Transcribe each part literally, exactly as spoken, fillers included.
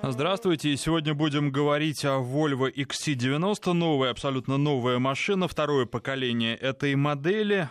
Здравствуйте. Сегодня будем говорить о Volvo икс си девяносто. Новая, абсолютно новая машина, второе поколение этой модели.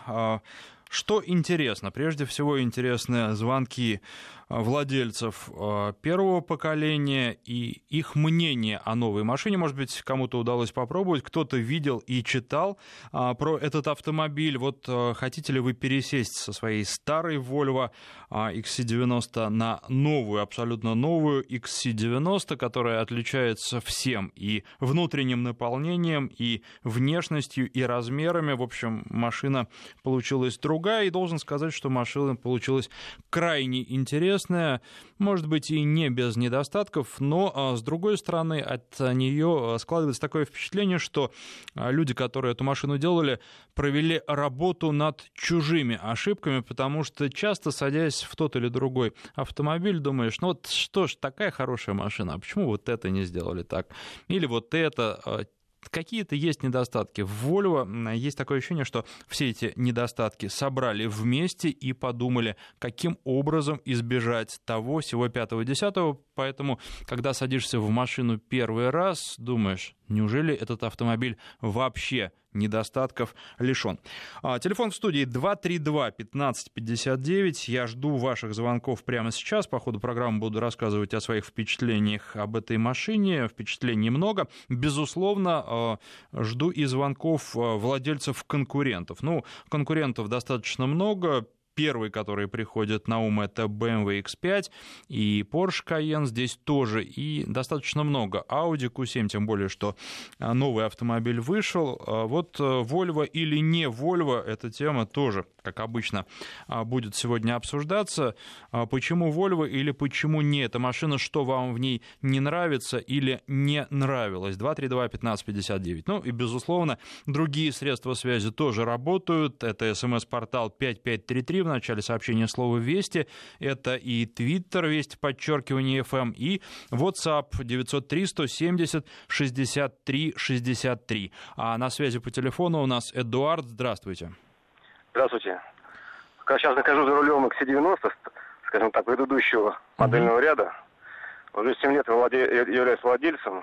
Что интересно? Прежде всего интересны звонки владельцев первого поколения и их мнение о новой машине. Может быть, кому-то удалось попробовать, кто-то видел и читал про этот автомобиль. Вот хотите ли вы пересесть со своей старой Volvo икс си девяносто на новую, абсолютно новую икс си девяносто, которая отличается всем: и внутренним наполнением, и внешностью, и размерами. В общем, машина получилась другая, и должен сказать, что машина получилась крайне интересная. Может быть, и не без недостатков, но, с другой стороны, от нее складывается такое впечатление, что люди, которые эту машину делали, провели работу над чужими ошибками, потому что часто, садясь в тот или другой автомобиль, думаешь, ну вот что ж, такая хорошая машина, а почему вот это не сделали так? Или вот это... Какие-то есть недостатки. В Volvo есть такое ощущение, что все эти недостатки собрали вместе и подумали, каким образом избежать того, сего, пятого, десятого. Поэтому, когда садишься в машину первый раз, думаешь, неужели этот автомобиль вообще недостатков лишен? Телефон в студии два три два пятнадцать пятьдесят девять. Я жду ваших звонков прямо сейчас. По ходу программы буду рассказывать о своих впечатлениях об этой машине. Впечатлений много. Безусловно, жду и звонков владельцев конкурентов. Ну, конкурентов достаточно много. Первый, который приходит на ум, это бэ эм вэ икс пять и Porsche Cayenne, здесь тоже, и достаточно много. Audi кью семь, тем более, что новый автомобиль вышел. Вот Volvo или не Volvo, эта тема тоже, как обычно, будет сегодня обсуждаться. Почему Volvo или почему не эта машина, что вам в ней не нравится или не нравилось? два три два пятнадцать пятьдесят девять. Ну и, безусловно, другие средства связи тоже работают. Это смс-портал пять пять три три, в начале сообщения слово «Вести». Это и Твиттер, Вести, подчеркивание, эф эм, и WhatsApp девятьсот три сто семьдесят шестьдесят три шестьдесят три. А на связи по телефону у нас Эдуард. Здравствуйте. Здравствуйте. Как сейчас нахожусь за рулем икс си девяносто, скажем так, предыдущего модельного mm-hmm. ряда. Уже семь лет владе... являюсь владельцем.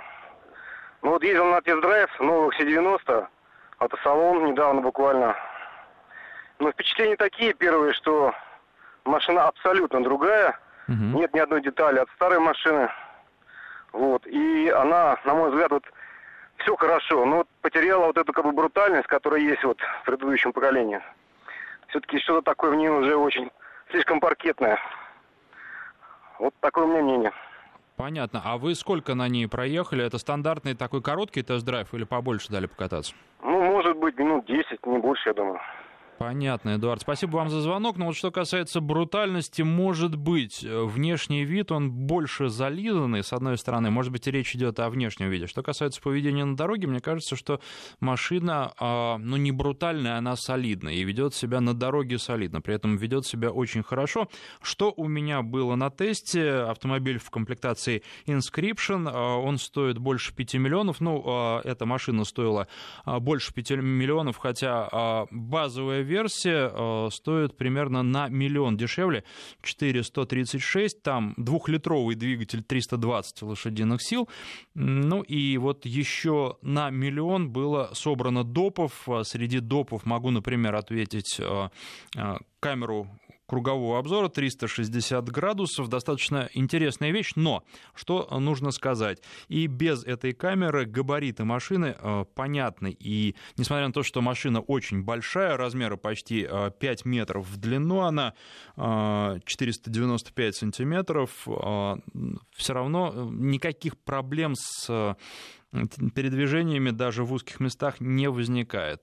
Ну вот ездил на тест-драйв нового икс си девяносто, автосалон недавно буквально. Ну, впечатления такие. Первые, что машина абсолютно другая. Uh-huh. Нет ни одной детали от старой машины. Вот. И она, на мой взгляд, вот все хорошо. Но вот потеряла вот эту как бы брутальность, которая есть вот в предыдущем поколении. Все-таки что-то такое в ней уже очень слишком паркетное. Вот такое у меня мнение. Понятно. А вы сколько на ней проехали? Это стандартный такой короткий тест-драйв или побольше дали покататься? Ну, может быть, минут десять, не больше, я думаю. Понятно, Эдуард. Спасибо вам за звонок. Но вот что касается брутальности, может быть, внешний вид, он больше зализанный, с одной стороны. Может быть, речь идет о внешнем виде. Что касается поведения на дороге, мне кажется, что машина, ну, не брутальная, она солидная. И ведет себя на дороге солидно. При этом ведет себя очень хорошо. Что у меня было на тесте? Автомобиль в комплектации Inscription. Он стоит больше пяти миллионов. Ну, эта машина стоила больше пяти миллионов, хотя базовая версия э, стоит примерно на миллион дешевле, четыре сто тридцать шесть, там двухлитровый двигатель, триста двадцать лошадиных сил. Ну и вот еще на миллион было собрано допов. Среди допов могу, например, ответить э, э, камеру кругового обзора триста шестьдесят градусов, достаточно интересная вещь, но что нужно сказать, и без этой камеры габариты машины э, понятны, и несмотря на то, что машина очень большая, размеры почти э, пять метров в длину, она э, четыреста девяносто пять сантиметров, э, все равно никаких проблем с э, передвижениями даже в узких местах не возникает.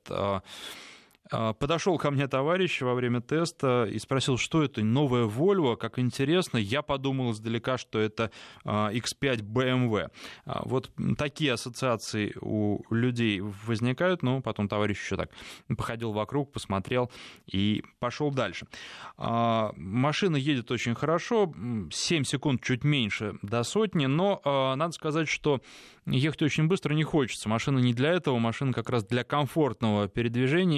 Подошел ко мне товарищ во время теста и спросил, что это, новая Volvo, как интересно. Я подумал издалека, что это икс пять бэ эм вэ. Вот такие ассоциации у людей возникают, но потом товарищ еще так походил вокруг, посмотрел и пошел дальше. Машина едет очень хорошо, семь секунд чуть меньше до сотни, но надо сказать, что ехать очень быстро не хочется. Машина не для этого, машина как раз для комфортного передвижения. Недаром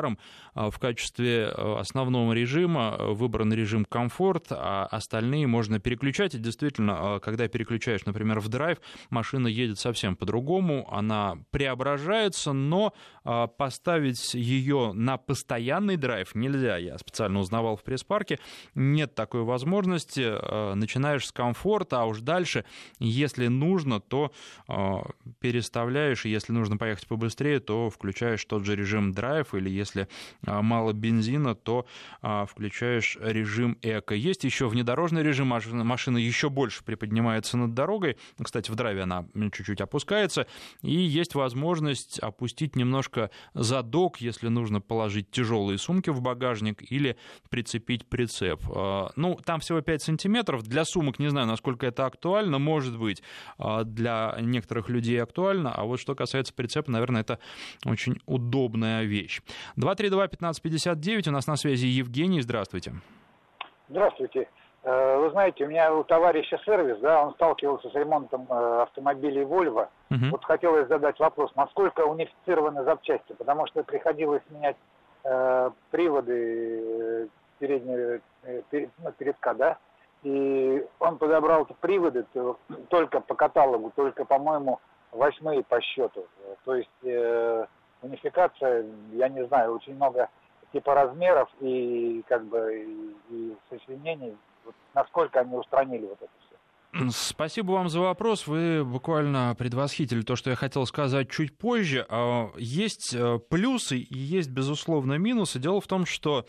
недаром в качестве основного режима выбран режим комфорт, а остальные можно переключать. И действительно, когда переключаешь, например, в драйв, машина едет совсем по-другому, она преображается, но поставить ее на постоянный драйв нельзя. Я специально узнавал в пресс-парке, нет такой возможности. Начинаешь с комфорта, а уж дальше, если нужно, то переставляешь, и если нужно поехать побыстрее, то включаешь тот же режим драйв, или если мало бензина, то включаешь режим эко. Есть еще внедорожный режим, машина, машина еще больше приподнимается над дорогой, кстати, в драйве она чуть-чуть опускается, и есть возможность опустить немножко задок, если нужно положить тяжелые сумки в багажник или прицепить прицеп. Ну, там всего пять сантиметров, для сумок не знаю, насколько это актуально, может быть, для некоторых людей актуально, а вот что касается прицепа, наверное, это очень удобная вещь. два три два пятнадцать пятьдесят девять, у нас на связи Евгений, здравствуйте. Здравствуйте. Вы знаете, у меня у товарища сервис, да, он сталкивался с ремонтом автомобилей Volvo. Uh-huh. Вот хотелось задать вопрос, насколько унифицированы запчасти, потому что приходилось менять э, приводы переднего, перед, ну, передка, да, и он подобрал приводы только по каталогу, только, по-моему, восьмые по счету. То есть э, унификация, я не знаю, очень много типа размеров и как бы и, и сочленений. Вот насколько они устранили вот это все? Спасибо вам за вопрос. Вы буквально предвосхитили то, что я хотел сказать чуть позже. Есть плюсы и есть, безусловно, минусы. Дело в том, что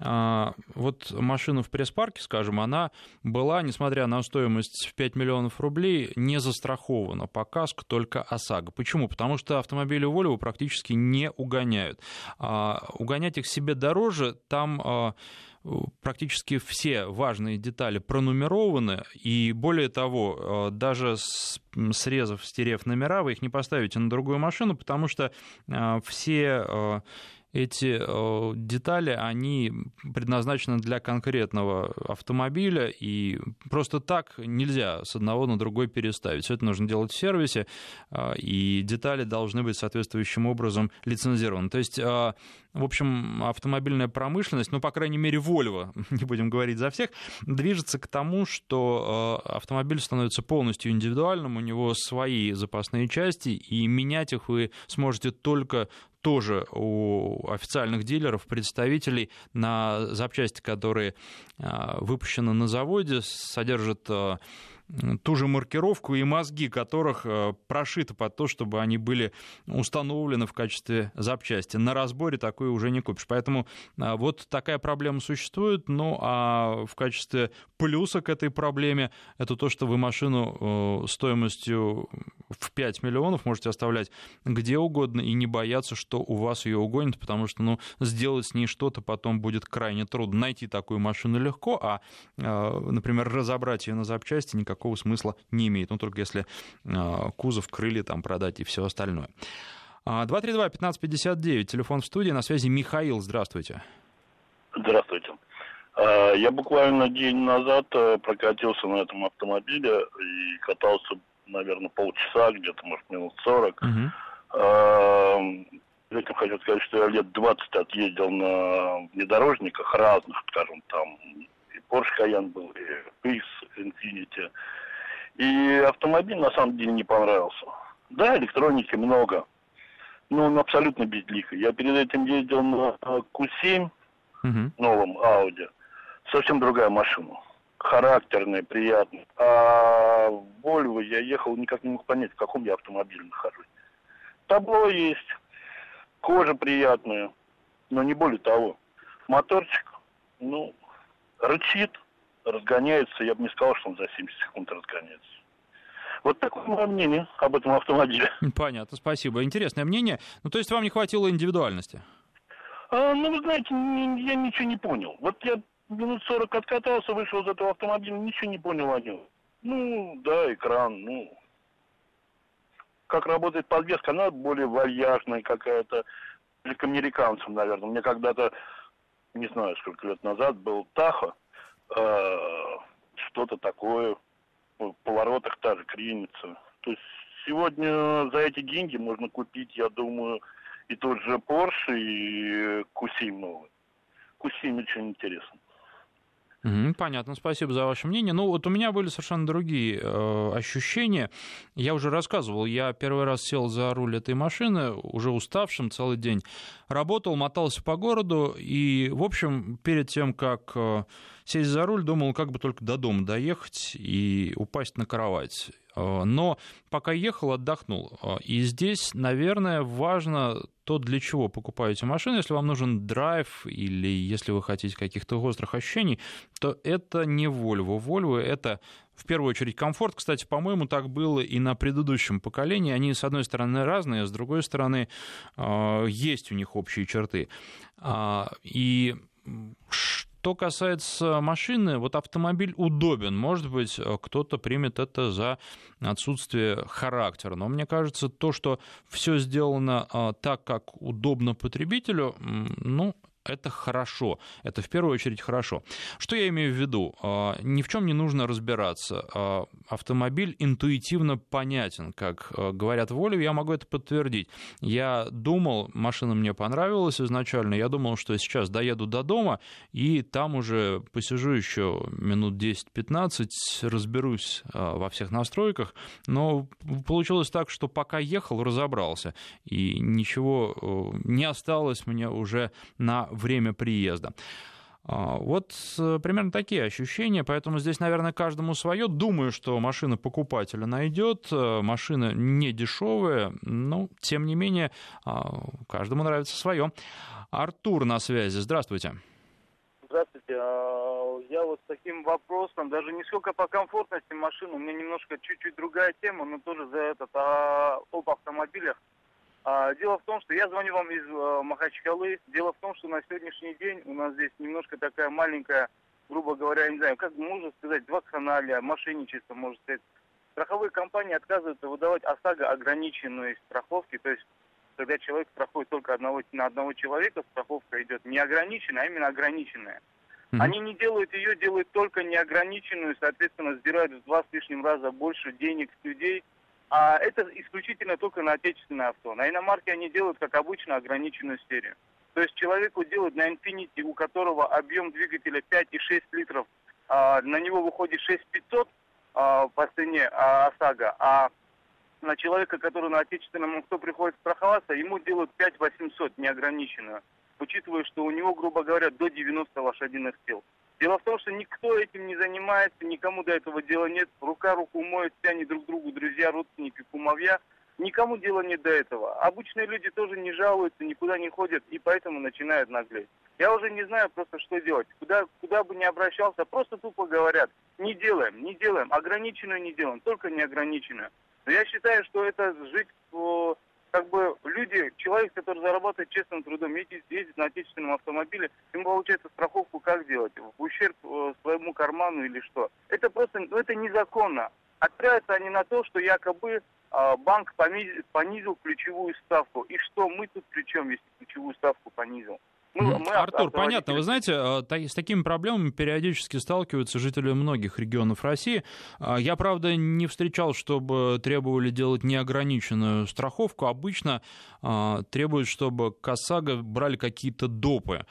вот машина в пресс-парке, скажем, она была, несмотря на стоимость в пять миллионов рублей, не застрахована по каско, только ОСАГО. Почему? Потому что автомобили Volvo практически не угоняют. Угонять их себе дороже, там практически все важные детали пронумерованы, и более того, даже срезав, стерев номера, вы их не поставите на другую машину, потому что все эти детали, они предназначены для конкретного автомобиля, и просто так нельзя с одного на другой переставить. Все это нужно делать в сервисе, и детали должны быть соответствующим образом лицензированы. То есть, в общем, автомобильная промышленность, ну, по крайней мере, Volvo, не будем говорить за всех, движется к тому, что автомобиль становится полностью индивидуальным, у него свои запасные части, и менять их вы сможете только тоже у официальных дилеров, представителей, на запчасти, которые выпущены на заводе, содержат ту же маркировку и мозги которых прошиты под то, чтобы они были установлены в качестве запчасти. На разборе такое уже не купишь. Поэтому вот такая проблема существует. Ну, а в качестве плюса к этой проблеме это то, что вы машину стоимостью в пять миллионов можете оставлять где угодно и не бояться, что у вас ее угонят, потому что, ну, сделать с ней что-то потом будет крайне трудно. Найти такую машину легко, а, например, разобрать ее на запчасти никакого смысла не имеет. Ну, только если кузов, крылья там продать и все остальное. два три два пятнадцать пятьдесят девять, телефон в студии, на связи Михаил, здравствуйте. Здравствуйте. Я буквально день назад прокатился на этом автомобиле и катался, наверное, полчаса, где-то, может, минут сорок. Uh-huh. Этим хочу сказать, что я лет двадцать отъездил на внедорожниках разных, скажем, там и Porsche Cayenne был, и X Infiniti. И автомобиль на самом деле не понравился. Да, электроники много, но он абсолютно безликий. Я перед этим ездил на кью семь, uh-huh. новом Audi, совсем другая машина. Характерная, приятная. А в Volvo я ехал, никак не мог понять, в каком я автомобиле нахожусь. Табло есть, кожа приятная, но не более того. Моторчик, ну, рычит, разгоняется. Я бы не сказал, что он за семьдесят секунд разгоняется. Вот такое мое мнение об этом автомобиле. Понятно, спасибо. Интересное мнение. Ну, то есть вам не хватило индивидуальности? А, ну, вы знаете, не, я ничего не понял. Вот я минут сорок откатался, вышел из этого автомобиля, ничего не понял о нем. Ну, да, экран, ну... Как работает подвеска, она более вальяжная какая-то, или к американцам, наверное. Мне когда-то, не знаю, сколько лет назад, был Tahoe, э, что-то такое, в поворотах та же кренится. То есть сегодня за эти деньги можно купить, я думаю, и тот же Porsche, и кью семь новый. кью семь очень интересно. Понятно, спасибо за ваше мнение. Ну, вот у меня были совершенно другие э, ощущения. Я уже рассказывал, я первый раз сел за руль этой машины, уже уставшим, целый день работал, мотался по городу, и, в общем, перед тем, как э, сесть за руль, думал, как бы только до дома доехать и упасть на кровать. Но пока ехал, отдохнул. И здесь, наверное, важно то, для чего покупаете машину. Если вам нужен драйв или если вы хотите каких-то острых ощущений, то это не Volvo. Volvo — это в первую очередь комфорт. Кстати, по-моему, так было и на предыдущем поколении. Они, с одной стороны, разные, а с другой стороны, есть у них общие черты. И что касается машины, вот автомобиль удобен. Может быть, кто-то примет это за отсутствие характера. Но мне кажется, то, что все сделано так, как удобно потребителю, ну, это хорошо. Это в первую очередь хорошо. Что я имею в виду? Ни в чем не нужно разбираться. Автомобиль интуитивно понятен, как говорят в Volvo, я могу это подтвердить. Я думал, машина мне понравилась изначально, я думал, что сейчас доеду до дома, и там уже посижу еще минут десять-пятнадцать, разберусь во всех настройках, но получилось так, что пока ехал, разобрался, и ничего не осталось мне уже на время приезда. Вот примерно такие ощущения, поэтому здесь, наверное, каждому свое. Думаю, что машина покупателя найдет, машина не дешевая, но, тем не менее, каждому нравится свое. Артур на связи, здравствуйте. Здравствуйте. Я вот с таким вопросом, даже не сколько по комфортности машины, у меня немножко чуть-чуть другая тема, но тоже за этот, а, об автомобилях. Дело в том, что я звоню вам из э, Махачкалы. Дело в том, что на сегодняшний день у нас здесь немножко такая маленькая, грубо говоря, не знаю, как можно сказать, вакханалия, мошенничество, можно сказать. Страховые компании отказываются выдавать ОСАГО ограниченной страховки, то есть когда человек страхует только одного, на одного человека, страховка идет не ограниченная, а именно ограниченная. Mm-hmm. Они не делают ее, делают только неограниченную, соответственно, сдирают в два с лишним раза больше денег с людей. А это исключительно только на отечественное авто. На иномарке они делают, как обычно, ограниченную серию. То есть человеку делают на Infiniti, у которого объем двигателя пять и шесть литров, а, на него выходит шесть тысяч пятьсот а, по цене а, ОСАГО, а на человека, который на отечественном авто приходит страховаться, ему делают пять тысяч восемьсот неограниченную, учитывая, что у него, грубо говоря, до девяноста лошадиных сил. Дело в том, что никто этим не занимается, никому до этого дела нет. Рука руку моет, все они друг другу, друзья, родственники, кумовья. Никому дела нет до этого. Обычные люди тоже не жалуются, никуда не ходят, и поэтому начинают наглеть. Я уже не знаю просто, что делать. Куда, куда бы ни обращался, просто тупо говорят, не делаем, не делаем, ограниченную не делаем, только неограниченную. Но я считаю, что это жить по... Как бы люди, человек, который зарабатывает честным трудом, ездит, ездит на отечественном автомобиле, ему получается страховку как делать? В ущерб э, своему карману или что? Это просто, ну, это незаконно. Опираются они на то, что якобы э, банк понизил, понизил ключевую ставку. И что мы тут при чем, если ключевую ставку понизил? Мы, мы Артур, понятно. Вы знаете, с такими проблемами периодически сталкиваются жители многих регионов России. Я, правда, не встречал, чтобы требовали делать неограниченную страховку. Обычно требуют, чтобы к ОСАГО брали какие-то допы.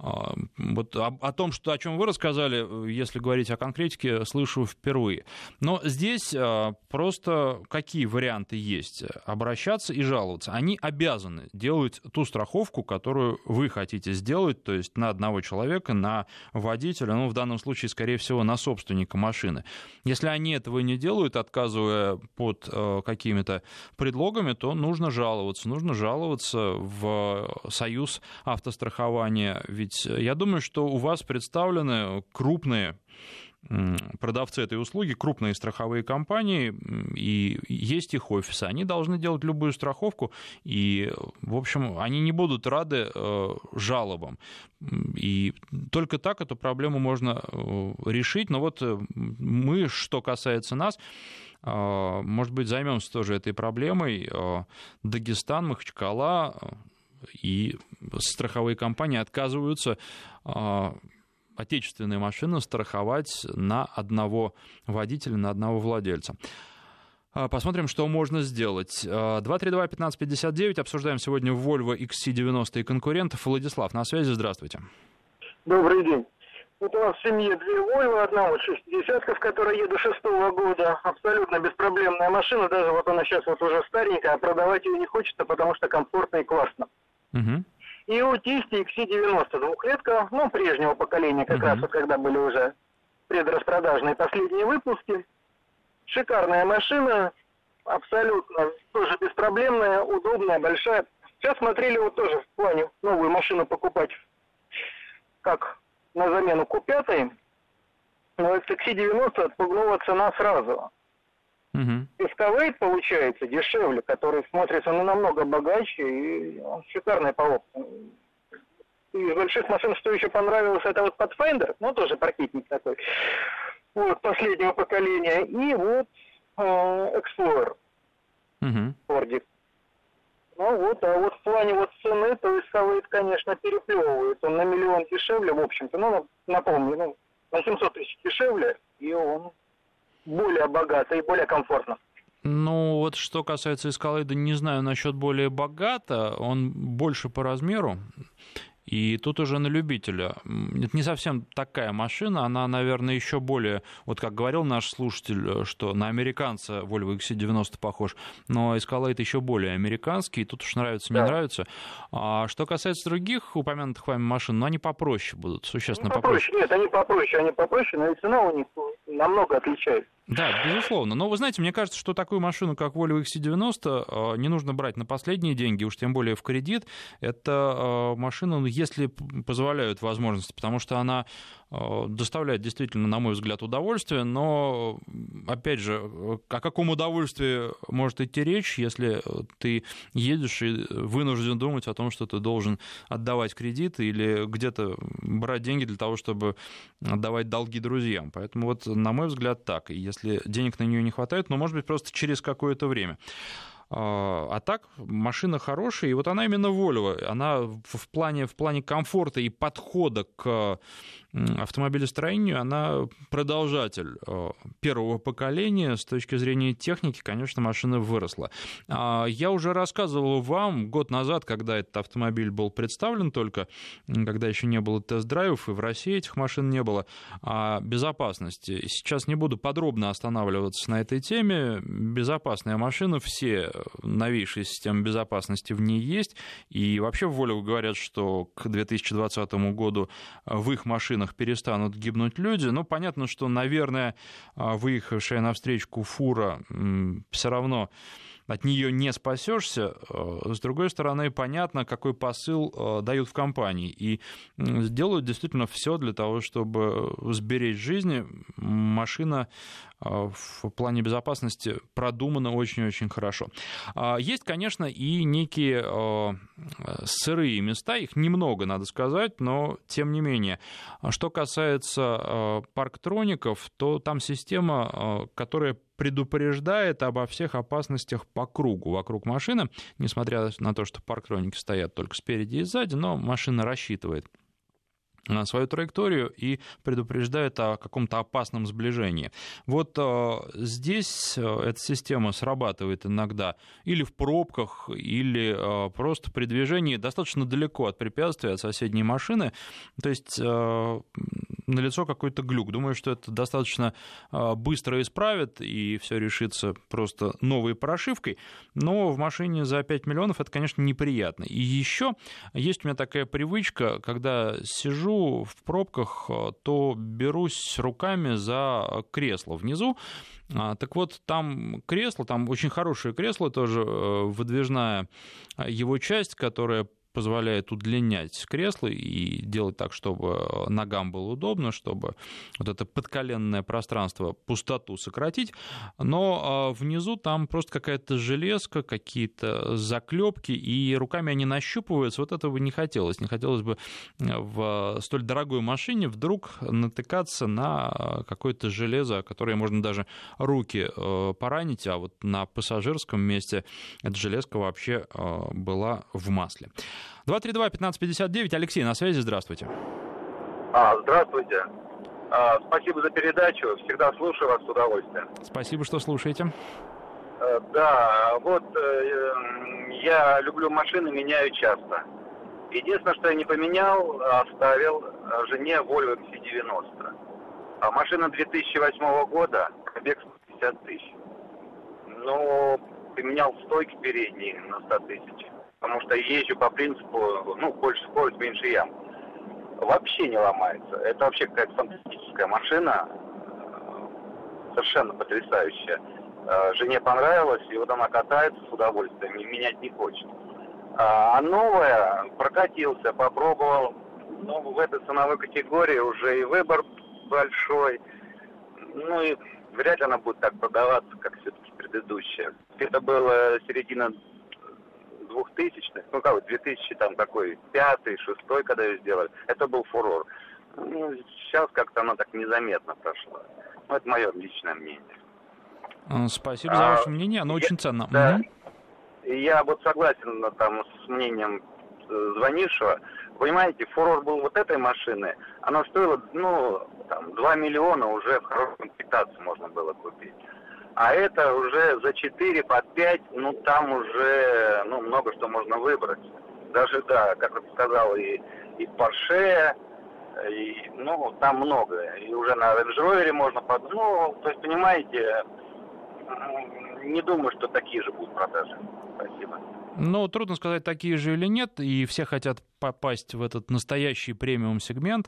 Вот о, о том, что, о чем вы рассказали, если говорить о конкретике, слышу впервые. Но здесь просто какие варианты есть? Обращаться и жаловаться. Они обязаны делать ту страховку, которую вы хотите сделать, то есть на одного человека, на водителя, ну, в данном случае, скорее всего, на собственника машины. Если они этого не делают, отказывая под какими-то предлогами, то нужно жаловаться. Нужно жаловаться в Союз автострахования. Ведь я думаю, что у вас представлены крупные продавцы этой услуги, крупные страховые компании, и есть их офисы, они должны делать любую страховку, и, в общем, они не будут рады жалобам. И только так эту проблему можно решить. Но вот мы, что касается нас, может быть, займемся тоже этой проблемой. Дагестан, Махачкала и страховые компании отказываются отечественные машины страховать на одного водителя, на одного владельца. Посмотрим, что можно сделать. два три два пятнадцать пятьдесят девять. Обсуждаем сегодня Volvo икс си девяносто и конкурентов. Владислав, на связи, здравствуйте. Добрый день. Вот у нас в семье две Volvo, одна вот шестидесятка, в которой еду шестого года. Абсолютно беспроблемная машина, даже вот она сейчас вот уже старенькая, а продавать ее не хочется, потому что комфортно и классно. Угу. И у тести икс си девяносто, двухлетка, ну, прежнего поколения, как угу. раз вот когда были уже предраспродажные последние выпуски. Шикарная машина, абсолютно тоже беспроблемная, удобная, большая. Сейчас смотрели вот тоже в плане новую машину покупать, как на замену ку пять, но икс си девяносто отпугнула цена сразу. Uh-huh. Эскавейт получается дешевле, который смотрится ну, намного богаче, и он шикарный по опыту. Из больших машин, что еще понравилось, это вот Pathfinder, ну тоже паркетник такой, вот, последнего поколения, и вот э, Explorer, uh-huh. Fordик. Ну вот, а вот в плане вот цены, то Эскавейт, конечно, переплевывает. Он на миллион дешевле, в общем-то, ну, напомню, ну, на семьсот тысяч дешевле, и он более богатый и более комфортно. Ну, вот что касается Эскалейда, не знаю насчет более богато, он больше по размеру. И тут уже на любителя. Это не совсем такая машина, она, наверное, еще более, вот как говорил наш слушатель, что на американца Volvo икс си девяносто похож, но Escalade еще более американский, тут уж нравится, не да. нравится. А что касается других упомянутых вами машин, ну, они попроще будут, существенно ну, попроще. попроще. Нет, они попроще, они попроще, но и цена у них намного отличается. Да, безусловно. Но вы знаете, мне кажется, что такую машину, как Volvo икс си девяносто, не нужно брать на последние деньги, уж тем более в кредит. Это машина, если позволяют возможности, потому что она доставляет действительно, на мой взгляд, удовольствие, но, опять же, о каком удовольствии может идти речь, если ты едешь и вынужден думать о том, что ты должен отдавать кредиты или где-то брать деньги для того, чтобы отдавать долги друзьям. Поэтому вот, на мой взгляд, так. И если денег на нее не хватает, ну, может быть, просто через какое-то время. А так, машина хорошая, и вот она именно Volvo, она в плане, в плане комфорта и подхода к автомобилестроению, она продолжатель первого поколения. С точки зрения техники, конечно, машина выросла. Я уже рассказывал вам год назад, когда этот автомобиль был представлен только, когда еще не было тест-драйвов, и в России этих машин не было, о безопасности. Сейчас не буду подробно останавливаться на этой теме. Безопасная машина, все новейшие системы безопасности в ней есть. И вообще в Volvo говорят, что к две тысячи двадцатому году в их машинах перестанут гибнуть люди. Но понятно, что, наверное, выехавшая навстречу фура все равно от нее не спасешься. С другой стороны, понятно, какой посыл дают в компании. И делают действительно все для того, чтобы сберечь жизни. Машина в плане безопасности продумана очень-очень хорошо. Есть, конечно, и некие сырые места, их немного, надо сказать, но тем не менее. Что касается парктроников, то там система, которая предупреждает обо всех опасностях по кругу вокруг машины, несмотря на то, что парктроники стоят только спереди и сзади, но машина рассчитывает на свою траекторию и предупреждает о каком-то опасном сближении. Вот э, здесь эта система срабатывает иногда или в пробках, или э, просто при движении достаточно далеко от препятствия, от соседней машины. То есть э, налицо какой-то глюк. Думаю, что это достаточно э, быстро исправит, и все решится просто новой прошивкой. Но в машине за пять миллионов это, конечно, неприятно. И еще есть у меня такая привычка, когда сижу в пробках, то берусь руками за кресло внизу. Так вот, там кресло, там очень хорошее кресло, тоже выдвижная его часть, которая позволяет удлинять кресло и делать так, чтобы ногам было удобно, чтобы вот это подколенное пространство, пустоту сократить. Но внизу там просто какая-то железка, какие-то заклепки, и руками они нащупываются. Вот этого не хотелось. Не хотелось бы в столь дорогой машине вдруг натыкаться на какое-то железо, которое можно даже руки поранить, а вот на пассажирском месте эта железка вообще была в масле. два три два пятнадцать пятьдесят девять. Алексей, на связи, здравствуйте. А, здравствуйте. А, спасибо за передачу. Всегда слушаю вас с удовольствием. Спасибо, что слушаете. Да, вот я люблю машины, меняю часто. Единственное, что я не поменял, оставил жене Volvo икс си девяносто. А машина две тысячи восьмого года, пробег сто пятьдесят тысяч. Ну, поменял стойки передние на сто тысяч. Потому что езжу по принципу, ну, больше скорость, меньше ям. Вообще не ломается. Это вообще какая-то фантастическая машина. Совершенно потрясающая. Жене понравилось, и вот она катается с удовольствием, и менять не хочет. А новая, прокатился, попробовал. Ну, в этой ценовой категории уже и выбор большой. Ну, и вряд ли она будет так продаваться, как все-таки предыдущая. Это было середина двухтысячных, ну, как, две тысячи, там, такой, пятый, шестой, когда ее сделали. Это был фурор. Ну, сейчас как-то она так незаметно прошла. Ну, это мое личное мнение. Спасибо за ваше а, мнение, оно я, очень ценно. Да, угу. Я вот согласен там, с мнением звонившего. Понимаете, фурор был вот этой машины, она стоила, ну, там, два миллиона уже в хорошей комплектации можно было купить. А это уже за четыре, под пять, ну, там уже, ну, много что можно выбрать. Даже, да, как я сказал, и, и Porsche, и, ну, там много. И уже на Range Rover можно, под... ну, то есть, понимаете, не думаю, что такие же будут продажи. Спасибо. Ну, трудно сказать, такие же или нет, и все хотят попасть в этот настоящий премиум-сегмент.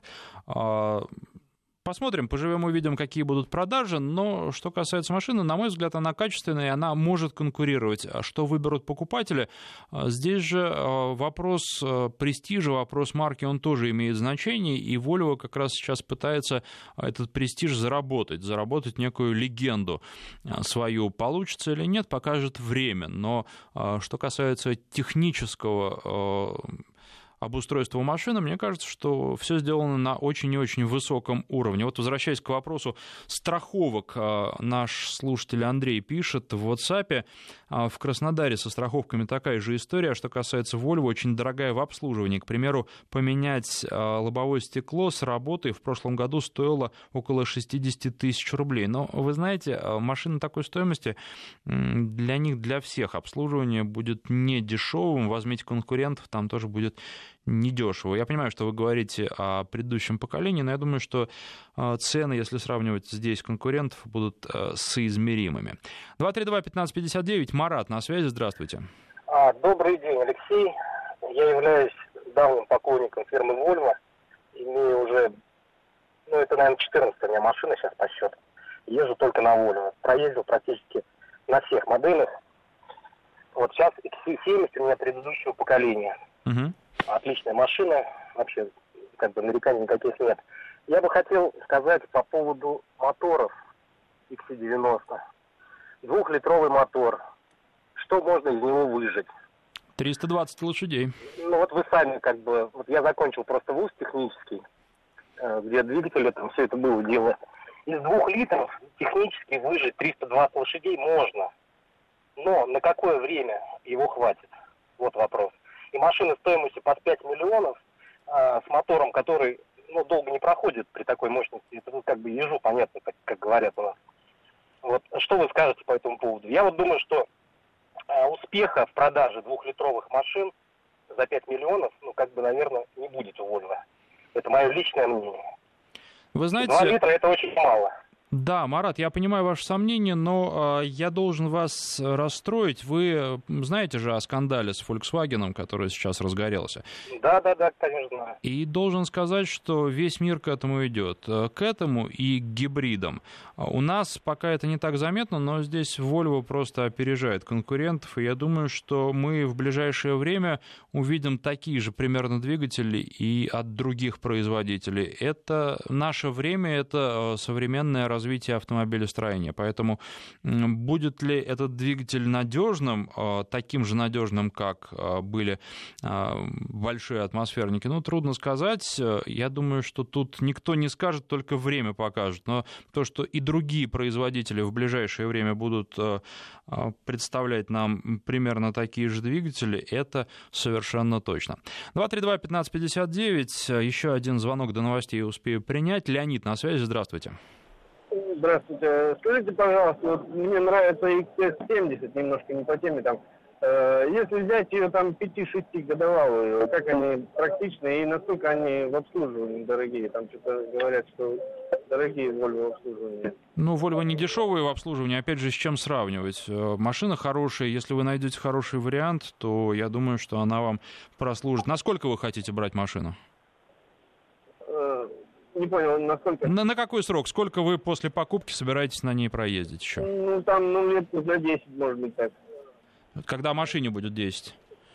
Посмотрим, поживем, увидим, какие будут продажи, но что касается машины, на мой взгляд, она качественная, и она может конкурировать. Что выберут покупатели? Здесь же вопрос престижа, вопрос марки, он тоже имеет значение, и Volvo как раз сейчас пытается этот престиж заработать, заработать некую легенду свою. Получится или нет, покажет время, но что касается технического обустройства машины, мне кажется, что все сделано на очень и очень высоком уровне. Вот, возвращаясь к вопросу страховок, наш слушатель Андрей пишет в WhatsApp: в Краснодаре со страховками такая же история. Что касается Volvo, очень дорогая в обслуживании. К примеру, поменять лобовое стекло с работой в прошлом году стоило около шестьдесят тысяч рублей. Но вы знаете, машина такой стоимости для них, для всех обслуживание будет не дешевым. Возьмите конкурентов, там тоже будет недешево. Я понимаю, что вы говорите о предыдущем поколении, но я думаю, что цены, если сравнивать здесь конкурентов, будут соизмеримыми. два три два пятнадцать пятьдесят девять. Марат на связи. Здравствуйте. Добрый день, Алексей. Я являюсь давним поклонником фирмы Volvo. Имею уже, ну, это, наверное, четырнадцатая у меня машина сейчас по счету. Езжу только на Volvo. Проездил практически на всех моделях. Вот сейчас икс си семьдесят у меня предыдущего поколения. Угу. Отличная машина, вообще, как бы, нареканий никаких нет. Я бы хотел сказать по поводу моторов икс си девяносто. Двухлитровый мотор. Что можно из него выжать? триста двадцать лошадей. Ну вот вы сами, как бы, вот я закончил просто вуз технический, где двигатели, там все это было дело. Из двух литров технически выжать триста двадцать лошадей можно. Но на какое время его хватит? Вот вопрос. И машина стоимостью под пять миллионов а, с мотором, который, ну, долго не проходит при такой мощности. Это, ну, как бы ежу, понятно, как, как говорят у нас. Вот что вы скажете по этому поводу? Я вот думаю, что а, успеха в продаже двухлитровых машин за пять миллионов, ну, как бы, наверное, не будет у Volvo. Это мое личное мнение. Вы знаете... два литра это очень мало. Да, Марат, я понимаю ваши сомнения, но э, я должен вас расстроить. Вы знаете же о скандале с Volkswagen, который сейчас разгорелся? Да, да, да, конечно. И должен сказать, что весь мир к этому идет. К этому и к гибридам. У нас пока это не так заметно, но здесь Volvo просто опережает конкурентов. И я думаю, что мы в ближайшее время увидим такие же примерно двигатели и от других производителей. Это наше время, это современное развитие развития автомобилестроения. Поэтому будет ли этот двигатель надежным, таким же надежным, как были большие атмосферники, ну, трудно сказать. Я думаю, что тут никто не скажет, только время покажет. Но то, что и другие производители в ближайшее время будут представлять нам примерно такие же двигатели, это совершенно точно. два три два пятнадцать пятьдесят девять. Еще один звонок до новостей успею принять. Леонид на связи. Здравствуйте. Здравствуйте. Скажите, пожалуйста, вот мне нравится икс эс семьдесят, немножко не по теме там. Если взять ее там пяти-шести годовалую, как они практичны и насколько они в обслуживании дорогие? Там что-то говорят, что дорогие Volvo в обслуживании. Ну, Volvo не дешевые в обслуживании, опять же, с чем сравнивать? Машина хорошая, если вы найдете хороший вариант, то я думаю, что она вам прослужит. Насколько вы хотите брать машину? Не понял, насколько... На, на какой срок? Сколько вы после покупки собираетесь на ней проездить еще? Ну, там, ну, лет на десять, может быть, так. Когда машине будет десять?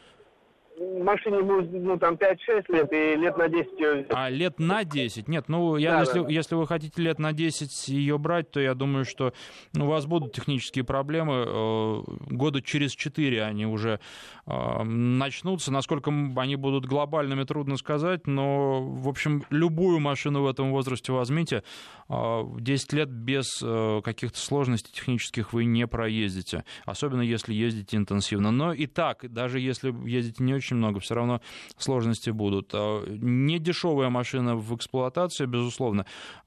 Машине будет, ну, там, пять-шесть лет, и лет на десять ее... А, лет на десять? Нет, ну, я, да, если, да. если вы хотите лет на десять ее брать, то я думаю, что ну, у вас будут технические проблемы. Э, года через четыре они уже э, начнутся. Насколько они будут глобальными, трудно сказать, но, в общем, любую машину в этом возрасте возьмите. Э, десять лет без э, каких-то сложностей технических вы не проездите, особенно если ездите интенсивно. Но и так, даже если ездите не очень много, все равно сложности будут. Не дешевая машина в эксплуатации, безусловно,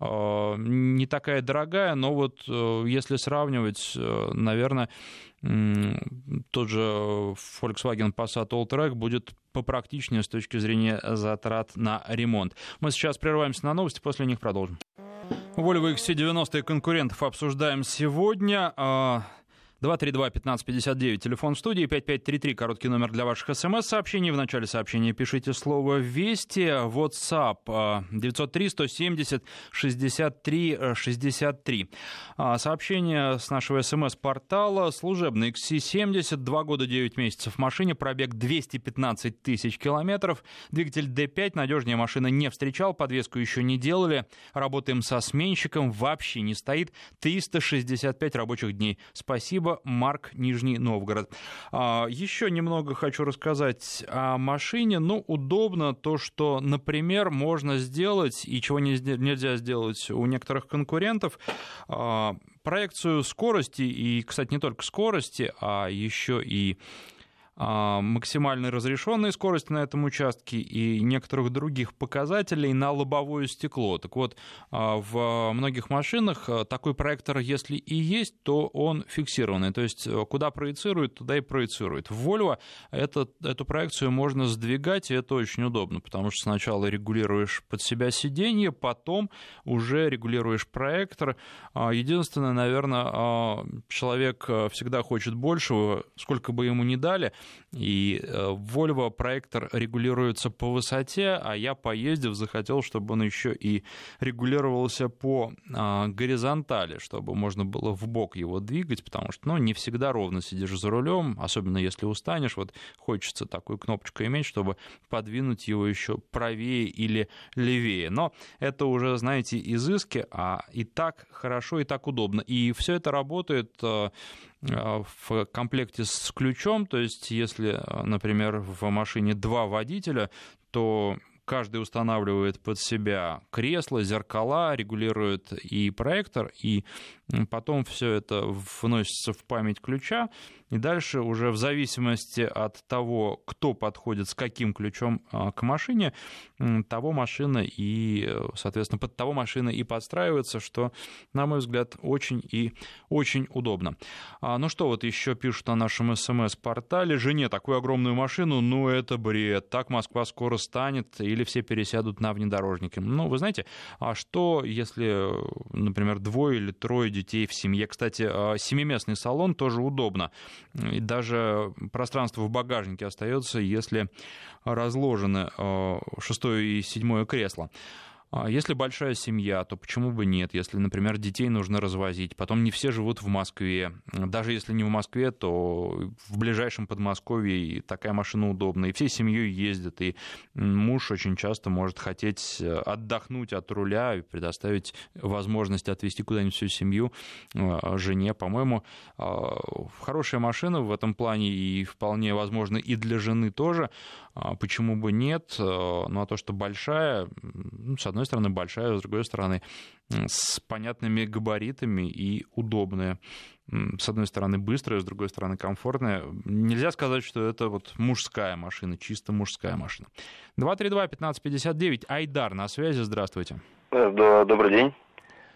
не такая дорогая, но вот если сравнивать, наверное, тот же Volkswagen Passat Alltrack будет попрактичнее с точки зрения затрат на ремонт. Мы сейчас прерываемся на новости, после них продолжим. Volvo икс си девяносто и конкурентов обсуждаем сегодня. два три два пятнадцать пятьдесят девять, телефон в студии, пять пять три три, короткий номер для ваших смс-сообщений. В начале сообщения пишите слово «Вести». WhatsApp девятьсот три сто семьдесят шестьдесят три шестьдесят три. Сообщение с нашего смс-портала. Служебный икс си семьдесят, два года девять месяцев в машине, пробег двести пятнадцать тысяч километров. Двигатель ди пять, надежнее машина не встречал, подвеску еще не делали. Работаем со сменщиком, вообще не стоит. триста шестьдесят пять рабочих дней. Спасибо. Марк, Нижний Новгород. Еще немного хочу рассказать о машине. Ну, удобно то, что, например, можно сделать, и чего нельзя сделать у некоторых конкурентов, проекцию скорости, и, кстати, не только скорости, а еще и максимальной разрешенной скорости на этом участке и некоторых других показателей на лобовое стекло. Так вот, в многих машинах такой проектор, если и есть, то он фиксированный. То есть, куда проецирует, туда и проецирует. В Volvo это, эту проекцию можно сдвигать, и это очень удобно, потому что сначала регулируешь под себя сиденье, потом уже регулируешь проектор. Единственное, наверное, человек всегда хочет большего, сколько бы ему ни дали. И Volvo проектор регулируется по высоте, а я, поездив, захотел, чтобы он еще и регулировался по а, горизонтали, чтобы можно было вбок его двигать, потому что ну, не всегда ровно сидишь за рулем, особенно если устанешь. Вот хочется такую кнопочку иметь, чтобы подвинуть его еще правее или левее. Но это уже, знаете, изыски, а и так хорошо, и так удобно. И все это работает в комплекте с ключом, то есть если, например, в машине два водителя, то каждый устанавливает под себя кресло, зеркала, регулирует и проектор, и потом все это вносится в память ключа, и дальше уже в зависимости от того, кто подходит с каким ключом к машине, того машина и, соответственно, под того машина и подстраивается, что, на мой взгляд, очень и очень удобно. Ну что, вот еще пишут на нашем СМС-портале: жене такую огромную машину, ну это бред, так Москва скоро станет, или все пересядут на внедорожники. Ну, вы знаете, а что, если, например, двое или трое детей в семье? Кстати, семиместный салон тоже удобно. И даже пространство в багажнике остается, если разложены шестое и седьмое кресло. Если большая семья, то почему бы нет? Если, например, детей нужно развозить, потом не все живут в Москве. Даже если не в Москве, то в ближайшем Подмосковье такая машина удобна. И всей семьей ездят, и муж очень часто может хотеть отдохнуть от руля и предоставить возможность отвезти куда-нибудь всю семью жене. По-моему, хорошая машина в этом плане, и вполне возможно и для жены тоже. Почему бы нет? Ну, а то, что большая, ну, с одной стороны большая, с другой стороны с понятными габаритами и удобная. С одной стороны быстрая, с другой стороны комфортная. Нельзя сказать, что это вот мужская машина, чисто мужская машина. два три два пятнадцать пятьдесят девять. Айдар на связи, здравствуйте. Добрый день.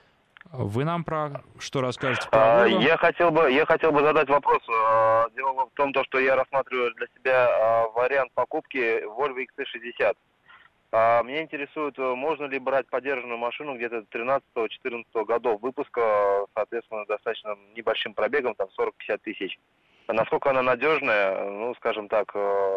Вы нам про что расскажете? Про а, я хотел бы, я хотел бы задать вопрос. Дело в том, что я рассматриваю для себя вариант покупки Volvo икс си шестьдесят. Меня интересует, можно ли брать подержанную машину где-то тринадцатого-четырнадцатого годов выпуска, соответственно, достаточно небольшим пробегом, там сорок-пятьдесят тысяч. Насколько она надежная, ну, скажем так,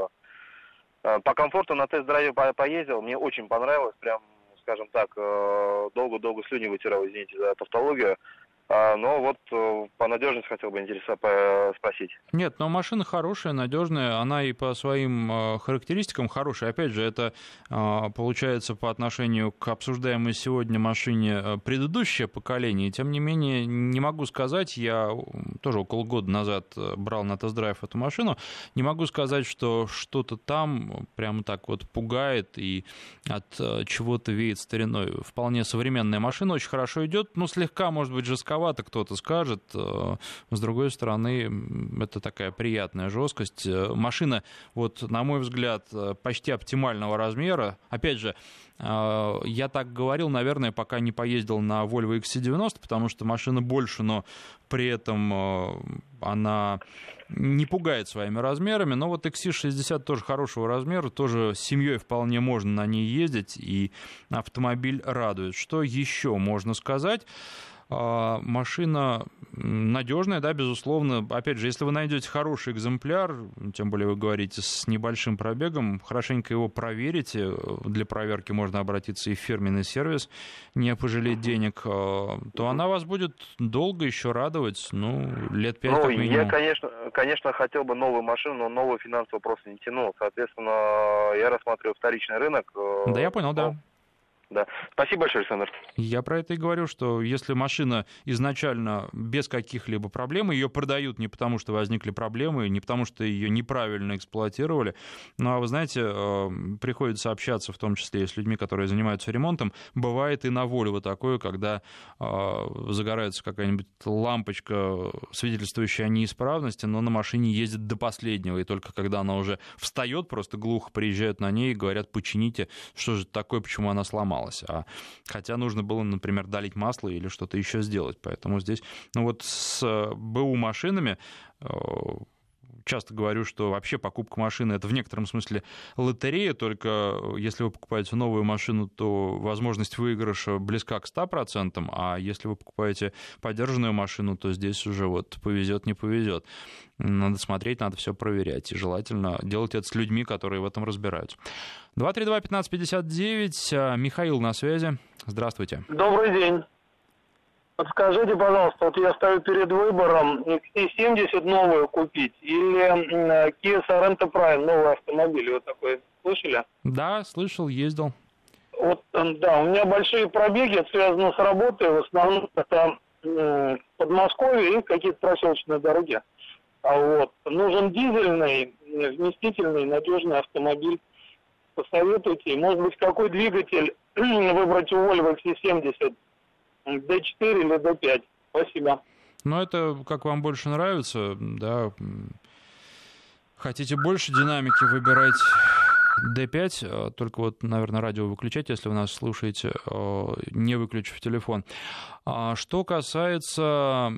по комфорту на тест-драйве поездил, мне очень понравилось, прям, скажем так, долго-долго слюни вытирал, извините за тавтологию. Но вот по надежности хотел бы интересоваться, спросить. Нет, но машина хорошая, надежная, она и по своим характеристикам хорошая. Опять же, это получается по отношению к обсуждаемой сегодня машине предыдущее поколение. И, тем не менее, не могу сказать, я тоже около года назад брал на тест-драйв эту машину, не могу сказать, что что-то там прямо так вот пугает и от чего-то веет стариной. Вполне современная машина, очень хорошо идет, но слегка, может быть, жестковато кто-то скажет. С другой стороны, это такая приятная жесткость. Машина, вот, на мой взгляд, почти оптимального размера. Опять же, я так говорил, наверное, пока не поездил на Volvo икс си девяносто, потому что машина больше, но при этом она не пугает своими размерами. Но вот икс си шестьдесят тоже хорошего размера, тоже с семьей вполне можно на ней ездить, и автомобиль радует. Что еще можно сказать? Машина надежная, да, безусловно. Опять же, если вы найдете хороший экземпляр, тем более вы говорите с небольшим пробегом, хорошенько его проверите. Для проверки можно обратиться и в фирменный сервис, не пожалеть денег. То она вас будет долго еще радовать, ну, лет пять ну, как минимум. Я, конечно, конечно, хотел бы новую машину, но новую финансово просто не тянул. Соответственно, я рассматриваю вторичный рынок. Да, я понял, да. Да. Спасибо большое, Александр. Я про это и говорю, что если машина изначально без каких-либо проблем, ее продают не потому, что возникли проблемы, не потому, что ее неправильно эксплуатировали, ну, а вы знаете, приходится общаться в том числе и с людьми, которые занимаются ремонтом. Бывает и на Volvo такое, когда загорается какая-нибудь лампочка, свидетельствующая о неисправности, но на машине ездит до последнего, и только когда она уже встает, просто глухо приезжают на ней и говорят: почините, что же это такое, почему она сломалась. А, хотя нужно было, например, долить масло или что-то еще сделать. Поэтому здесь, ну вот с БУ машинами часто говорю, что вообще покупка машины — это в некотором смысле лотерея, только если вы покупаете новую машину, то возможность выигрыша близка к ста процентам, а если вы покупаете подержанную машину, то здесь уже вот повезет, не повезет. Надо смотреть, надо все проверять, и желательно делать это с людьми, которые в этом разбираются. два три два пятнадцать пятьдесят девять, Михаил на связи. Здравствуйте. Добрый день. Подскажите, пожалуйста, вот я стою перед выбором икс си семьдесят новую купить или Kia Sorento Prime, новый автомобиль. Вы такой слышали? Да, слышал, ездил. Вот, да, у меня большие пробеги, это связано с работой, в основном это э, Подмосковье и какие-то проселочные дороги. А вот, нужен дизельный, вместительный, надежный автомобиль. Посоветуйте, может быть, какой двигатель выбрать у Volvo икс си семьдесят? дэ четыре или дэ пять. Спасибо. Ну, это как вам больше нравится, да. Хотите больше динамики, выбирать дэ пять, только вот, наверное, радио выключать, если вы нас слушаете, не выключив телефон. Что касается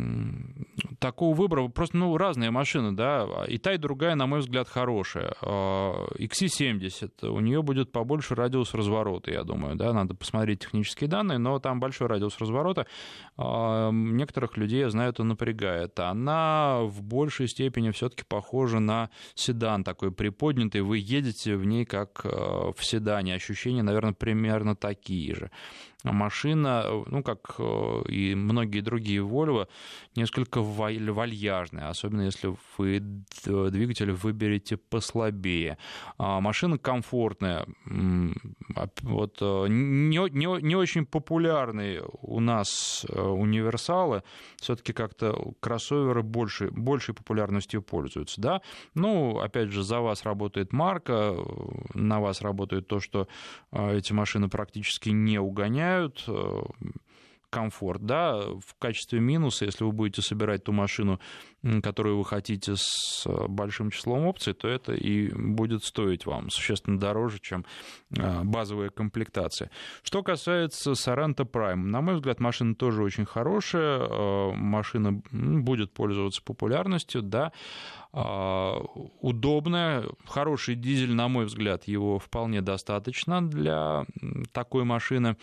такого выбора, просто, ну, разные машины, да, и та, и другая, на мой взгляд, хорошая. икс си семьдесят, у нее будет побольше радиус разворота, я думаю, да, надо посмотреть технические данные, но там большой радиус разворота. Некоторых людей, я знаю, это напрягает. Она в большей степени все-таки похожа на седан, такой приподнятый, вы едете в ней как в седане, ощущения, наверное, примерно такие же. Машина, ну, как и многие другие Volvo, несколько вальяжная, особенно если вы двигатель выберете послабее. Машина комфортная, вот не, не, не очень популярные у нас универсалы, все-таки как-то кроссоверы больше, большей популярностью пользуются, да. Ну, опять же, за вас работает марка, на вас работает то, что эти машины практически не угоняют. комфорт, да, в качестве минуса, если вы будете собирать ту машину, которую вы хотите с большим числом опций, то это и будет стоить вам существенно дороже, чем базовая комплектация. Что касается Sorento Prime, на мой взгляд, машина тоже очень хорошая, машина будет пользоваться популярностью, да, удобная, хороший дизель, на мой взгляд, его вполне достаточно для такой машины,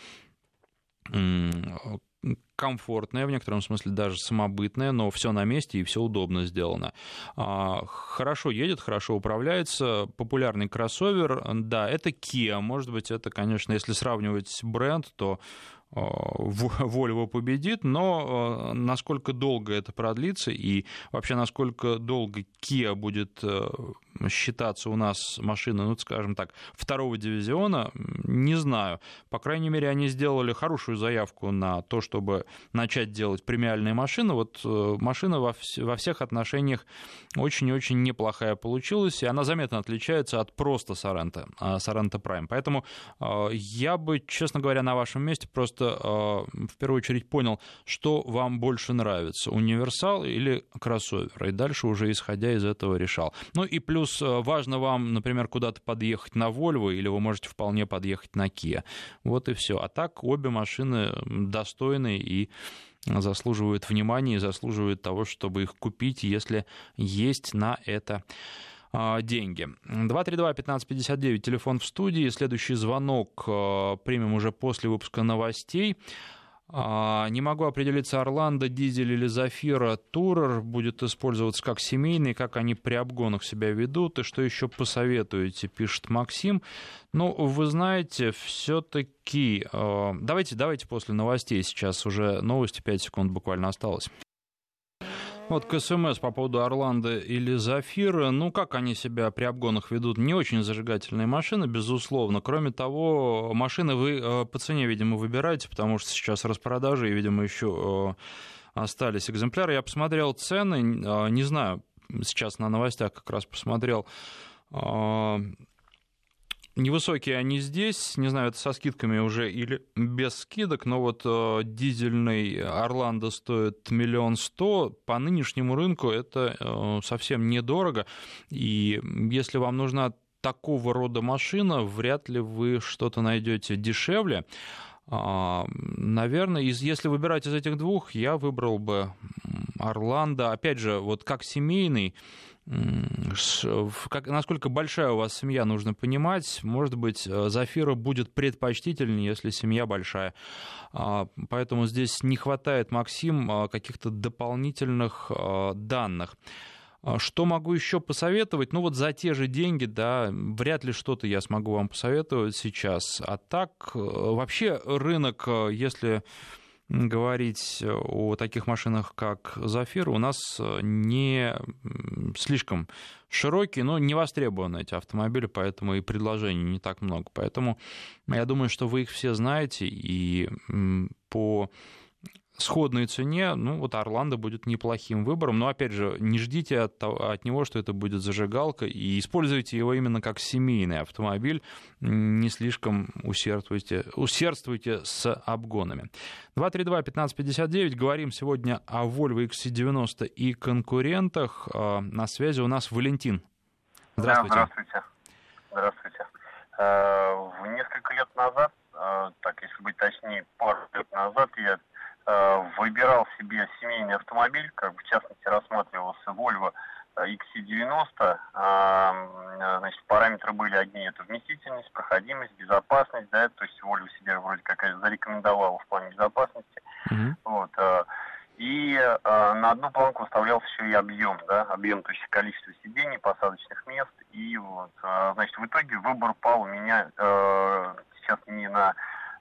комфортная, в некотором смысле даже самобытная, но все на месте и все удобно сделано. Хорошо едет, хорошо управляется, популярный кроссовер, да, это Kia, может быть, это, конечно, если сравнивать бренд, то Volvo победит, но насколько долго это продлится и вообще насколько долго Kia будет считаться у нас машиной, ну, скажем так, второго дивизиона, не знаю. По крайней мере, они сделали хорошую заявку на то, чтобы начать делать премиальные машины. Вот машина во, вс- во всех отношениях очень-очень неплохая получилась, и она заметно отличается от просто Sorento, Sorento Prime. Поэтому я бы, честно говоря, на вашем месте просто в первую очередь понял, что вам больше нравится, универсал или кроссовер, и дальше уже исходя из этого решал. Ну и плюс важно вам, например, куда-то подъехать на Volvo, или вы можете вполне подъехать на Kia. Вот и все. А так обе машины достойны и заслуживают внимания, и заслуживают того, чтобы их купить, если есть на это деньги. два три два пятнадцать пятьдесят девять, телефон в студии. Следующий звонок примем уже после выпуска новостей. Не могу определиться, Орландо, дизель или Зафира Турер будет использоваться как семейный, как они при обгонах себя ведут, и что еще посоветуете, пишет Максим. Ну, вы знаете, все-таки... Давайте, давайте после новостей, сейчас уже новости, пять секунд буквально осталось. Вот к СМС по поводу Орландо или Зафира. Ну, как они себя при обгонах ведут? Не очень зажигательные машины, безусловно. Кроме того, машины вы по цене, видимо, выбираете, потому что сейчас распродажи, и, видимо, еще остались экземпляры. Я посмотрел цены, не знаю, сейчас на новостях как раз посмотрел. Невысокие они здесь, не знаю, это со скидками уже или без скидок, но вот э, дизельный Орландо стоит миллион сто, по нынешнему рынку это э, совсем недорого, и если вам нужна такого рода машина, вряд ли вы что-то найдете дешевле. А, наверное, из, если выбирать из этих двух, я выбрал бы Орландо, опять же, вот как семейный. Как, насколько большая у вас семья, нужно понимать. Может быть, Зафира будет предпочтительнее, если семья большая. Поэтому здесь не хватает, Максим, каких-то дополнительных данных. Что могу еще посоветовать? Ну вот за те же деньги, да, вряд ли что-то я смогу вам посоветовать сейчас. А так, вообще рынок, если говорить о таких машинах, как Зафира, у нас не слишком широкие, но не востребованы эти автомобили, поэтому и предложений не так много. Поэтому я думаю, что вы их все знаете, и по сходной цене, ну, вот Орландо будет неплохим выбором, но, опять же, не ждите от, от него, что это будет зажигалка, и используйте его именно как семейный автомобиль, не слишком усердствуйте, усердствуйте с обгонами. два три два пятнадцать пятьдесят девять, говорим сегодня о Volvo икс си девяносто и конкурентах. На связи у нас Валентин. Здравствуйте. Да, здравствуйте. Здравствуйте. В несколько лет назад, так, если быть точнее, пару лет назад, я выбирал себе семейный автомобиль, как в частности рассматривался Volvo икс си девяносто. Значит, параметры были одни: это вместительность, проходимость, безопасность, да, то есть Volvo себе вроде как зарекомендовала в плане безопасности. Mm-hmm. Вот. И на одну планку выставлялся еще и объем, да, объем, то есть количество сидений, посадочных мест. И вот, значит, в итоге выбор пал у меня сейчас не на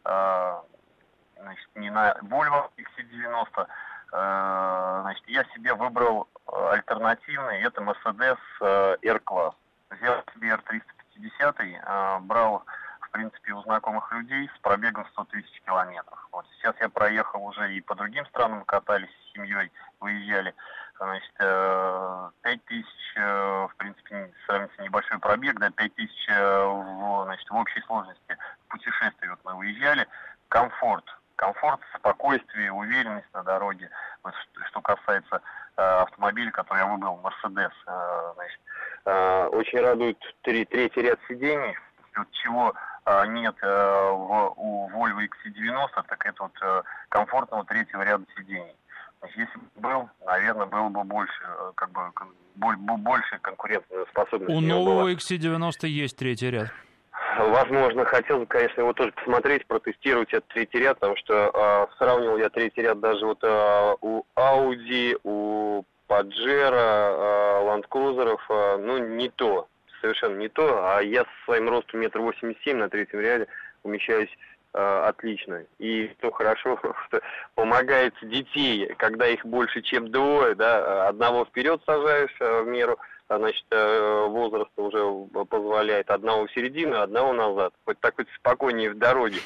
Значит, не на Volvo икс си девяносто, значит, я себе выбрал альтернативный, это Mercedes R-класс. Взял себе эр триста пятьдесят, брал, в принципе, у знакомых людей с пробегом сто тысяч километров. Вот сейчас я проехал уже и по другим странам, катались с семьей, выезжали. Значит, пять тысяч, в принципе, сравнительно небольшой пробег, да, пять тысяч в, значит, в общей сложности путешествий вот мы выезжали. Комфорт комфорт, спокойствие, уверенность на дороге. Вот, что касается э, автомобиля, который я выбрал, Mercedes, э, значит, э, очень радует три, третий ряд сидений, вот чего э, нет э, в, у Volvo икс си девяносто, так это вот э, комфортного третьего ряда сидений. Значит, если бы был, наверное, было бы больше, э, как бы, больше конкурентной способности. У нового икс си девяносто есть третий ряд. Возможно, хотел бы, конечно, его тоже посмотреть, протестировать этот третий ряд, потому что э, сравнивал я третий ряд даже вот э, у Audi, у Pajero, э, Land Cruiser'ов, э, ну, не то, совершенно не то, а я со своим ростом метр восемьдесят семь на третьем ряде умещаюсь э, отлично. И что хорошо, что помогает детей, когда их больше, чем двое, да, одного вперед сажаешь э, в меру, значит, возраст уже позволяет одного в середину, одного назад. Хоть так хоть спокойнее в дороге.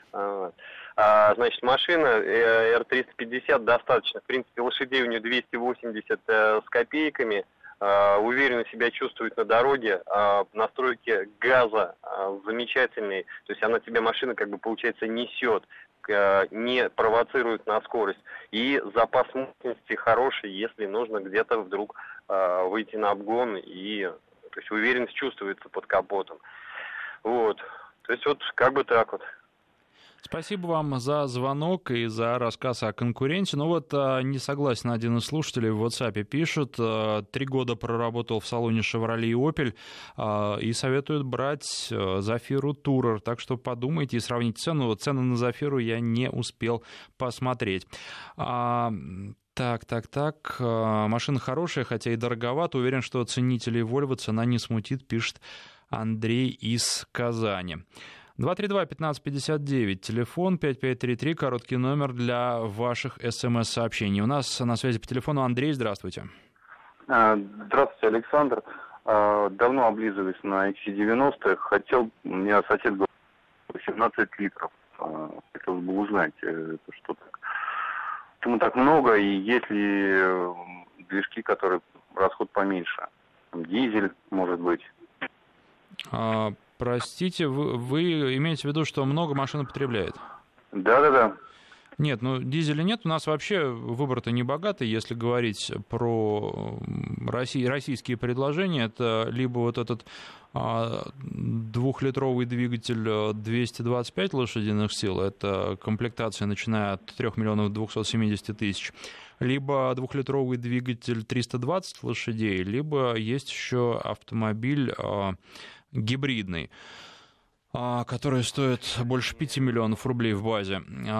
А, значит, машина эр триста пятьдесят достаточно. В принципе, лошадей у нее двести восемьдесят с копейками. Уверенно себя чувствует на дороге. Настройки газа замечательные. То есть она тебя, машина, как бы, получается, несет, не провоцирует на скорость. И запас мощности хороший, если нужно где-то вдруг э, выйти на обгон. И, то есть, уверенность чувствуется под капотом. Вот. То есть, вот как бы так вот. Спасибо вам за звонок и за рассказ о конкуренте. Ну вот, не согласен один из слушателей, в WhatsApp пишет, три года проработал в салоне Chevrolet и Opel и советует брать Zafira Tourer. Так что подумайте и сравните цену. Цены на Zafira я не успел посмотреть. Так, так, так. Машина хорошая, хотя и дороговато. Уверен, что ценителей Volvo цена не смутит, пишет Андрей из Казани. два три два пятнадцать пятьдесят девять, телефон пять пять три три, короткий номер для ваших смс-сообщений. У нас на связи по телефону Андрей, здравствуйте. Здравствуйте, Александр. Давно облизываюсь на икс си девяносто. Хотел, у меня сосед говорит, семнадцать литров. Хотел бы узнать, что так. Почему так много, и есть ли движки, которые расход поменьше? Дизель, может быть. А, простите, вы, вы имеете в виду, что много машин потребляет? Да-да-да. Нет, ну дизеля нет, у нас вообще выбор-то не богатый, если говорить про Росси... российские предложения, это либо вот этот а, двухлитровый двигатель двести двадцать пять лошадиных сил, это комплектация начиная от трёх миллионов двухсот семидесяти тысяч, либо двухлитровый двигатель триста двадцать лошадей, либо есть еще автомобиль а, гибридный, который стоит больше пяти миллионов рублей в базе.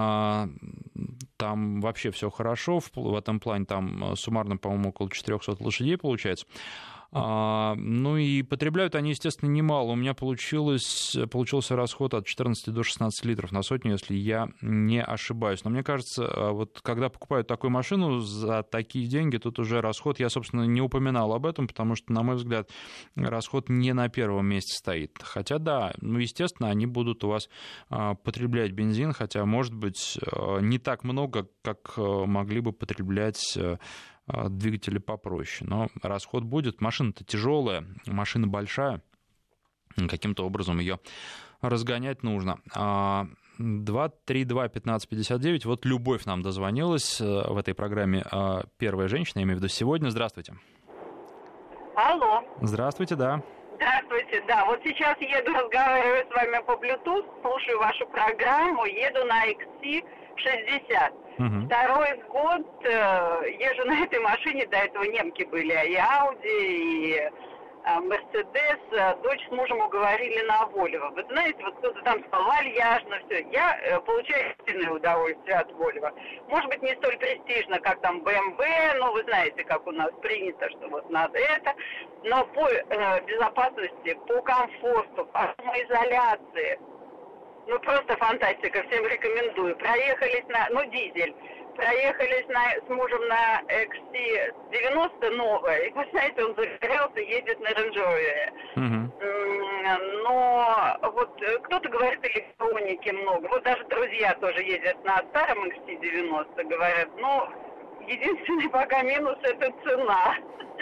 Там вообще все хорошо, в этом плане там суммарно, по-моему, около четырехсот лошадей получается. Ну и потребляют они, естественно, немало. У меня получилось, получился расход от четырнадцати до шестнадцати литров на сотню, если я не ошибаюсь. Но мне кажется, вот когда покупают такую машину за такие деньги, тут уже расход, я, собственно, не упоминал об этом, потому что, на мой взгляд, расход не на первом месте стоит. Хотя, да, ну, естественно, они будут у вас потреблять бензин, хотя, может быть, не так много, как могли бы потреблять двигатели попроще. Но расход будет. Машина-то тяжелая, машина большая. Каким-то образом ее разгонять нужно. два три два пятнадцать пятьдесят девять. Вот Любовь нам дозвонилась в этой программе. Первая женщина, я имею в виду сегодня. Здравствуйте. Алло. Здравствуйте, да. Здравствуйте, да. Вот сейчас еду, разговариваю с вами по Bluetooth, слушаю вашу программу, еду на икс си шестьдесят. Угу. Второй год э, езжу на этой машине, до этого немки были, и Audi, и э, Mercedes. Дочь с мужем уговорили на Volvo. Вы знаете, вот кто-то там сказал, вальяжно, все. Я э, получаю истинное удовольствие от Volvo. Может быть, не столь престижно, как там бэ эм вэ, но вы знаете, как у нас принято, что вот надо это. Но по э, безопасности, по комфорту, по самоизоляции, ну, просто фантастика, всем рекомендую. Проехались на, ну, дизель, проехались на, с мужем на икс си девяносто новая, и, вы знаете, он загорелся, едет на Range Rover. Uh-huh. Но вот кто-то говорит, электроники много. Вот даже друзья тоже ездят на старом икс си девяносто, говорят, ну, единственный пока минус — это цена.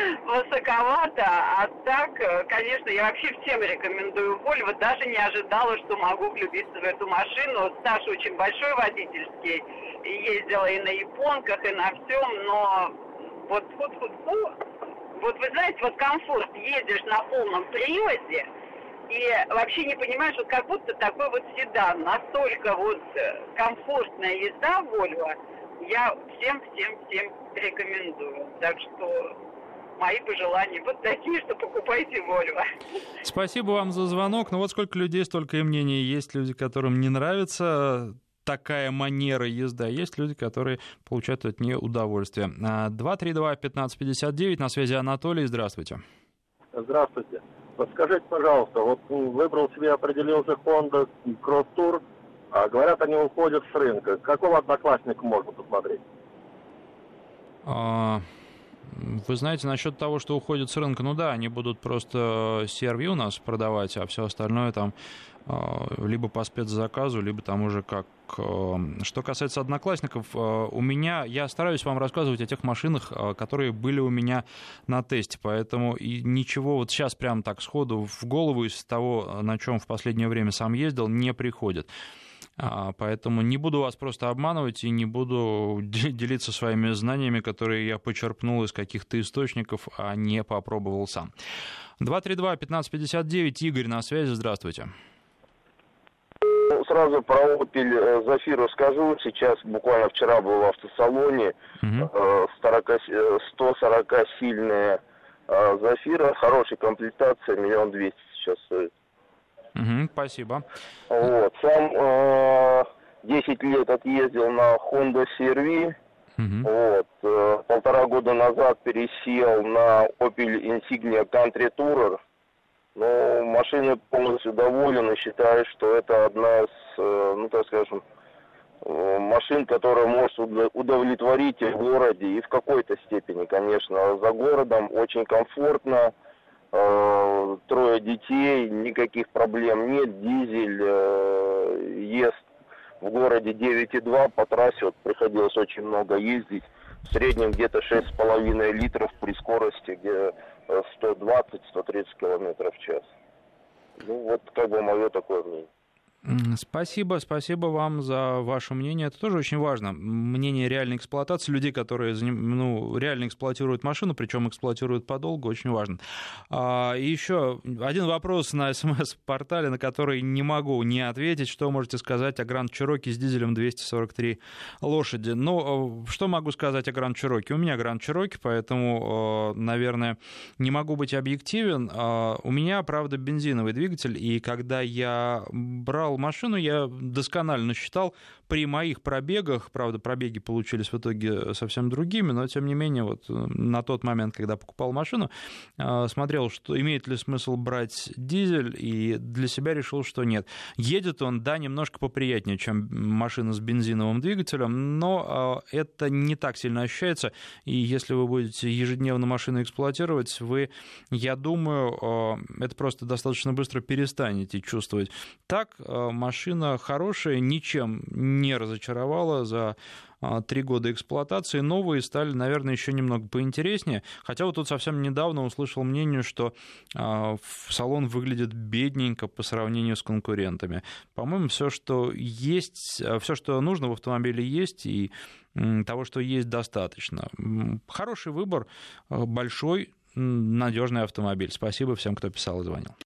высоковато. А так, конечно, я вообще всем рекомендую Volvo. Даже не ожидала, что могу влюбиться в эту машину. Стаж очень большой водительский. Ездила и на японках, и на всем, но вот фу-фу-фу. Вот вы знаете, вот комфорт, едешь на полном приводе, и вообще не понимаешь, вот как будто такой вот седан. Настолько вот комфортная езда Volvo, я всем-всем-всем рекомендую. Так что мои пожелания вот такие, что покупайте Volvo. Спасибо вам за звонок. Ну вот сколько людей, столько и мнений. Есть люди, которым не нравится такая манера езды, а есть люди, которые получают от нее удовольствие. два три два пятнадцать пятьдесят девять, на связи Анатолий, здравствуйте. Здравствуйте. Подскажите, пожалуйста, вот выбрал себе, определился Honda Cross Tour, а говорят, они уходят с рынка. Какого одноклассника можно посмотреть? А, вы знаете, насчет того, что уходят с рынка, ну да, они будут просто си ар ви у нас продавать, а все остальное там либо по спецзаказу, либо там уже как. Что касается одноклассников, у меня, я стараюсь вам рассказывать о тех машинах, которые были у меня на тесте, поэтому и ничего вот сейчас прям так сходу в голову из того, на чем в последнее время сам ездил, не приходит. Поэтому не буду вас просто обманывать и не буду делиться своими знаниями, которые я почерпнул из каких-то источников, а не попробовал сам. два три два пятнадцать пятьдесят девять, Игорь на связи, здравствуйте. Сразу про Opel Zafira скажу. Сейчас буквально вчера был в автосалоне. Uh-huh. сто сорок сильная Zafira, хорошей комплектации, миллион двести сейчас стоит. Uh-huh, спасибо. Вот. Сам э, десять лет отъездил на Honda си ар ви. Uh-huh. Вот. Э, полтора года назад пересел на Opel Insignia Country Tourer. Но машиной полностью доволен и считаю, что это одна из, ну так скажем, машин, которая может удовлетворить и в городе, и в какой-то степени, конечно. За городом очень комфортно, трое детей, никаких проблем нет, дизель, ест в городе девять и два, по трассе вот приходилось очень много ездить. В среднем где-то шесть с половиной литров при скорости, где сто двадцать - сто тридцать километров в час. Ну, вот как бы мое такое мнение. Спасибо, спасибо вам за ваше мнение. Это тоже очень важно. Мнение реальной эксплуатации людей, которые ну, реально эксплуатируют машину, причем эксплуатируют подолгу, очень важно. А, и еще один вопрос на СМС-портале, на который не могу не ответить. Что можете сказать о Grand Cherokee с дизелем двести сорок три лошади? Ну, что могу сказать о Grand Cherokee? У меня Grand Cherokee, поэтому, наверное, не могу быть объективен. У меня, правда, бензиновый двигатель, и когда я брал машину, я досконально считал при моих пробегах, правда, пробеги получились в итоге совсем другими, но, тем не менее, вот на тот момент, когда покупал машину, смотрел, что имеет ли смысл брать дизель, и для себя решил, что нет. Едет он, да, немножко поприятнее, чем машина с бензиновым двигателем, но это не так сильно ощущается, и если вы будете ежедневно машину эксплуатировать, вы, я думаю, это просто достаточно быстро перестанете чувствовать. Так, машина хорошая, ничем не разочаровала за три года эксплуатации. Новые стали, наверное, еще немного поинтереснее. Хотя вот тут совсем недавно услышал мнение, что салон выглядит бедненько по сравнению с конкурентами. По-моему, все, что есть, все, что нужно в автомобиле, есть, и того, что есть, достаточно. Хороший выбор, большой, надежный автомобиль. Спасибо всем, кто писал и звонил.